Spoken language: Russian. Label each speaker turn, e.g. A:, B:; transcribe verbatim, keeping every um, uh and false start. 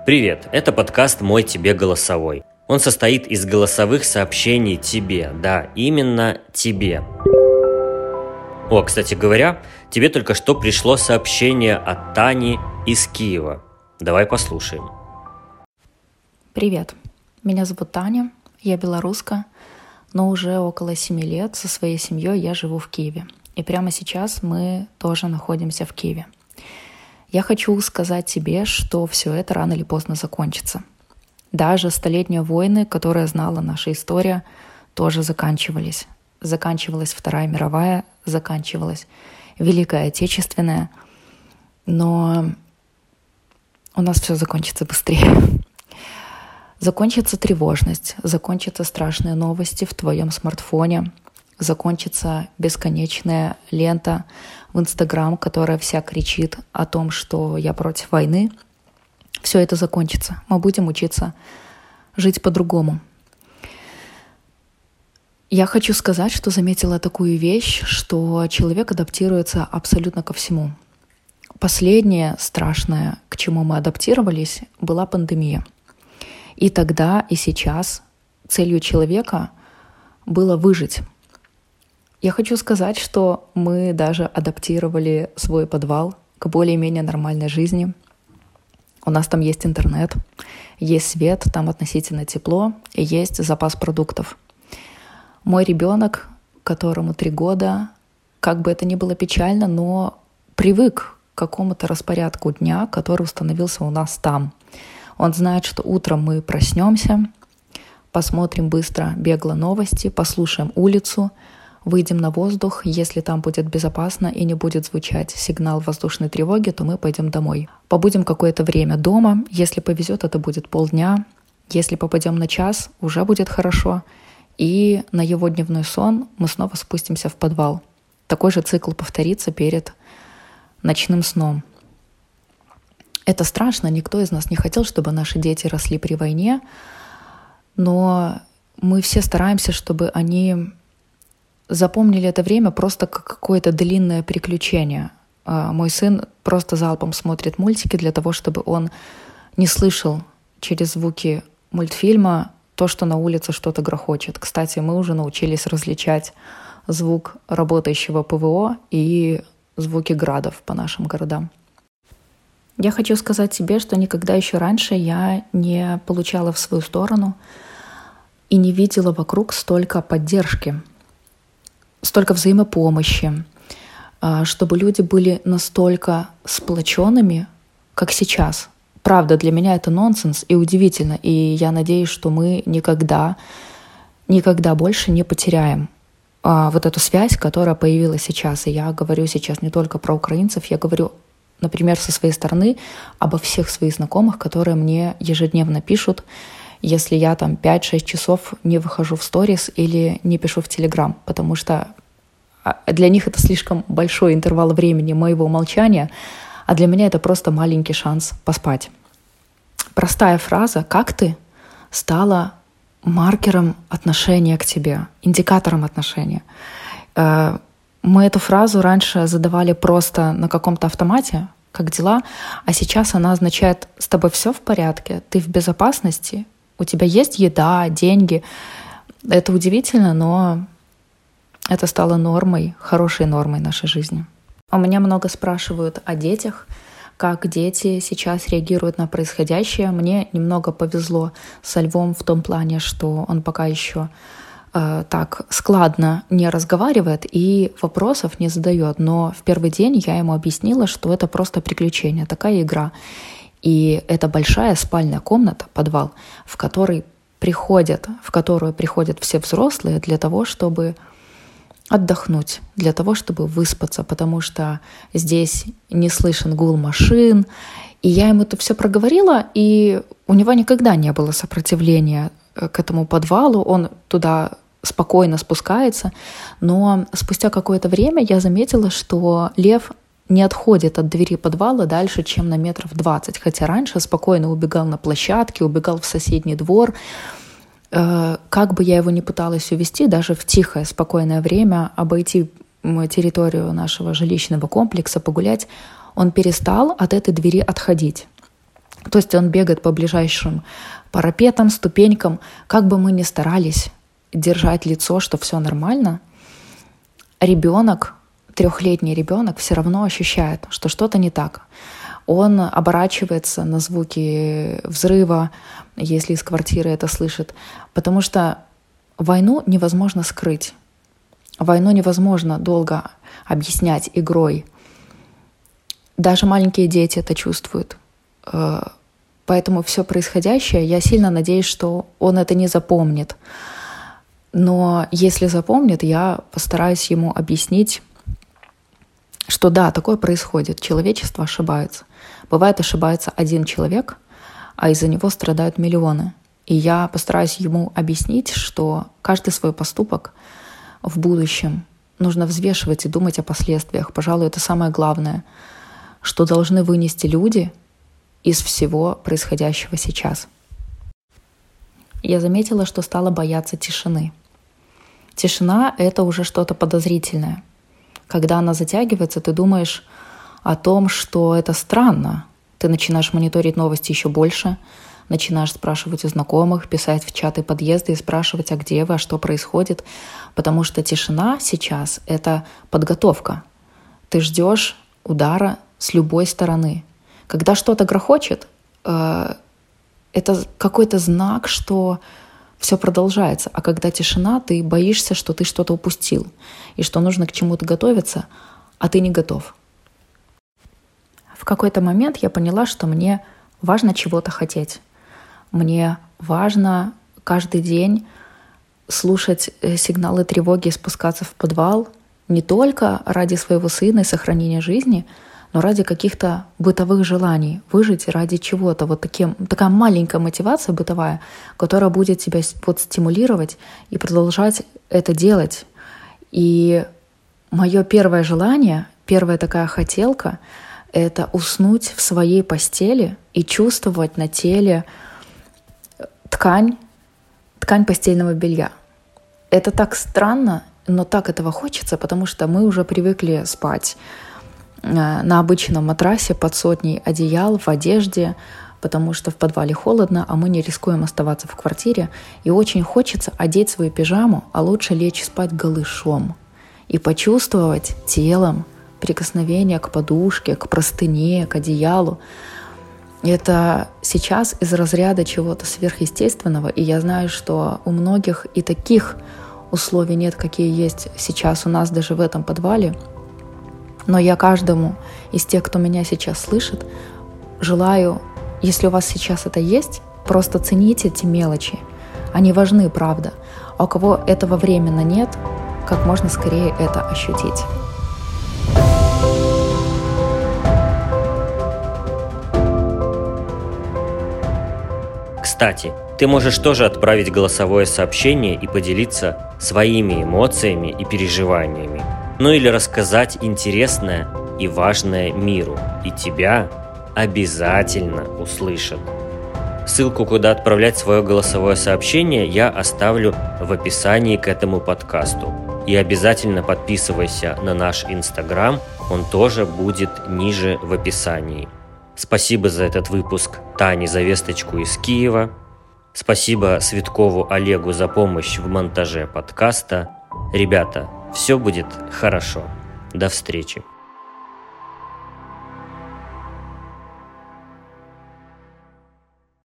A: Привет, это подкаст «Мой тебе голосовой». Он состоит из голосовых сообщений тебе, да, именно тебе. О, кстати говоря, тебе только что пришло сообщение от Тани из Киева. Давай послушаем.
B: Привет, меня зовут Таня, я белоруска, но уже около семи лет со своей семьей я живу в Киеве. И прямо сейчас мы тоже находимся в Киеве. Я хочу сказать тебе, что все это рано или поздно закончится. Даже столетние войны, которые знала наша история, тоже заканчивались. Заканчивалась Вторая мировая, заканчивалась Великая Отечественная, но у нас все закончится быстрее. Закончится тревожность, закончатся страшные новости в твоем смартфоне, закончится бесконечная лента в Инстаграм, которая вся кричит о том, что я против войны. Все это закончится. Мы будем учиться жить по-другому. Я хочу сказать, что заметила такую вещь, что человек адаптируется абсолютно ко всему. Последнее страшное, к чему мы адаптировались, была пандемия. И тогда, и сейчас целью человека было выжить. Я хочу сказать, что мы даже адаптировали свой подвал к более-менее нормальной жизни. У нас там есть интернет, есть свет, там относительно тепло, и есть запас продуктов. Мой ребенок, которому три года, как бы это ни было печально, но привык к какому-то распорядку дня, который установился у нас там. Он знает, что утром мы проснемся, посмотрим быстро, бегло новости, послушаем улицу, выйдем на воздух. Если там будет безопасно и не будет звучать сигнал воздушной тревоги, то мы пойдем домой. Побудем какое-то время дома. Если повезет, это будет полдня. Если попадем на час, уже будет хорошо. И на его дневной сон мы снова спустимся в подвал. Такой же цикл повторится перед ночным сном. Это страшно. Никто из нас не хотел, чтобы наши дети росли при войне. Но мы все стараемся, чтобы они запомнили это время просто как какое-то длинное приключение. Мой сын просто залпом смотрит мультики для того, чтобы он не слышал через звуки мультфильма то, что на улице что-то грохочет. Кстати, мы уже научились различать звук работающего ПВО и звуки градов по нашим городам. Я хочу сказать тебе, что никогда еще раньше я не получала в свою сторону и не видела вокруг столько поддержки, столько взаимопомощи, чтобы люди были настолько сплоченными, как сейчас. Правда, для меня это нонсенс и удивительно, и я надеюсь, что мы никогда, никогда больше не потеряем а, вот эту связь, которая появилась сейчас. И я говорю сейчас не только про украинцев, я говорю, например, со своей стороны обо всех своих знакомых, которые мне ежедневно пишут, если я там пять-шесть часов не выхожу в сторис или не пишу в Телеграм, потому что для них это слишком большой интервал времени моего молчания, а для меня это просто маленький шанс поспать. Простая фраза «как ты?» стала маркером отношения к тебе, индикатором отношения. Мы эту фразу раньше задавали просто на каком-то автомате, как дела, а сейчас она означает «с тобой все в порядке, ты в безопасности, у тебя есть еда, деньги». Это удивительно, но это стало нормой, хорошей нормой нашей жизни. У меня много спрашивают о детях, как дети сейчас реагируют на происходящее. Мне немного повезло со Львом в том плане, что он пока еще э, так складно не разговаривает и вопросов не задает. Но в первый день я ему объяснила, что это просто приключение, такая игра. И это большая спальная комната, подвал, в который приходят, в которую приходят все взрослые для того, чтобы отдохнуть, для того, чтобы выспаться, потому что здесь не слышен гул машин. И я ему это все проговорила, и у него никогда не было сопротивления к этому подвалу, он туда спокойно спускается. Но спустя какое-то время я заметила, что Лев не отходит от двери подвала дальше, чем на метров двадцать, хотя раньше спокойно убегал на площадке, убегал в соседний двор. Как бы я его ни пыталась увести, даже в тихое, спокойное время обойти территорию нашего жилищного комплекса, погулять, он перестал от этой двери отходить. То есть он бегает по ближайшим парапетам, ступенькам. Как бы мы ни старались держать лицо, что все нормально, ребенок, трехлетний ребенок все равно ощущает, что что-то не так. Он оборачивается на звуки взрыва, если из квартиры это слышит, потому что войну невозможно скрыть. Войну невозможно долго объяснять игрой. Даже маленькие дети это чувствуют. Поэтому все происходящее, я сильно надеюсь, что он это не запомнит. Но если запомнит, я постараюсь ему объяснить, что да, такое происходит, человечество ошибается. Бывает, ошибается один человек, а из-за него страдают миллионы. И я постараюсь ему объяснить, что каждый свой поступок в будущем нужно взвешивать и думать о последствиях. Пожалуй, это самое главное, что должны вынести люди из всего происходящего сейчас. Я заметила, что стала бояться тишины. Тишина — это уже что-то подозрительное. Когда она затягивается, ты думаешь о том, что это странно. Ты начинаешь мониторить новости еще больше, начинаешь спрашивать у знакомых, писать в чаты подъезда и спрашивать, а где вы, а что происходит. Потому что тишина сейчас — это подготовка. Ты ждешь удара с любой стороны. Когда что-то грохочет, э, это какой-то знак, что все продолжается. А когда тишина, ты боишься, что ты что-то упустил и что нужно к чему-то готовиться, а ты не готов. В какой-то момент я поняла, что мне важно чего-то хотеть. Мне важно каждый день слушать сигналы тревоги и спускаться в подвал не только ради своего сына и сохранения жизни, но ради каких-то бытовых желаний, выжить ради чего-то. Вот таким, такая маленькая мотивация бытовая, которая будет тебя вот стимулировать и продолжать это делать. И мое первое желание, первая такая хотелка — это уснуть в своей постели и чувствовать на теле ткань, ткань постельного белья. Это так странно, но так этого хочется, потому что мы уже привыкли спать на обычном матрасе под сотней одеял, в одежде, потому что в подвале холодно, а мы не рискуем оставаться в квартире. И очень хочется одеть свою пижаму, а лучше лечь спать голышом и почувствовать телом прикосновение к подушке, к простыне, к одеялу. Это сейчас из разряда чего-то сверхъестественного, и я знаю, что у многих и таких условий нет, какие есть сейчас у нас даже в этом подвале. Но я каждому из тех, кто меня сейчас слышит, желаю, если у вас сейчас это есть, просто цените эти мелочи. Они важны, правда. А у кого этого временно нет, как можно скорее это ощутить.
A: Кстати, ты можешь тоже отправить голосовое сообщение и поделиться своими эмоциями и переживаниями. Ну или рассказать интересное и важное миру, и тебя обязательно услышат. Ссылку, куда отправлять свое голосовое сообщение, я оставлю в описании к этому подкасту. И обязательно подписывайся на наш Инстаграм, он тоже будет ниже в описании. Спасибо за этот выпуск Тане за весточку из Киева. Спасибо Светкову Олегу за помощь в монтаже подкаста. Ребята, все будет хорошо. До встречи.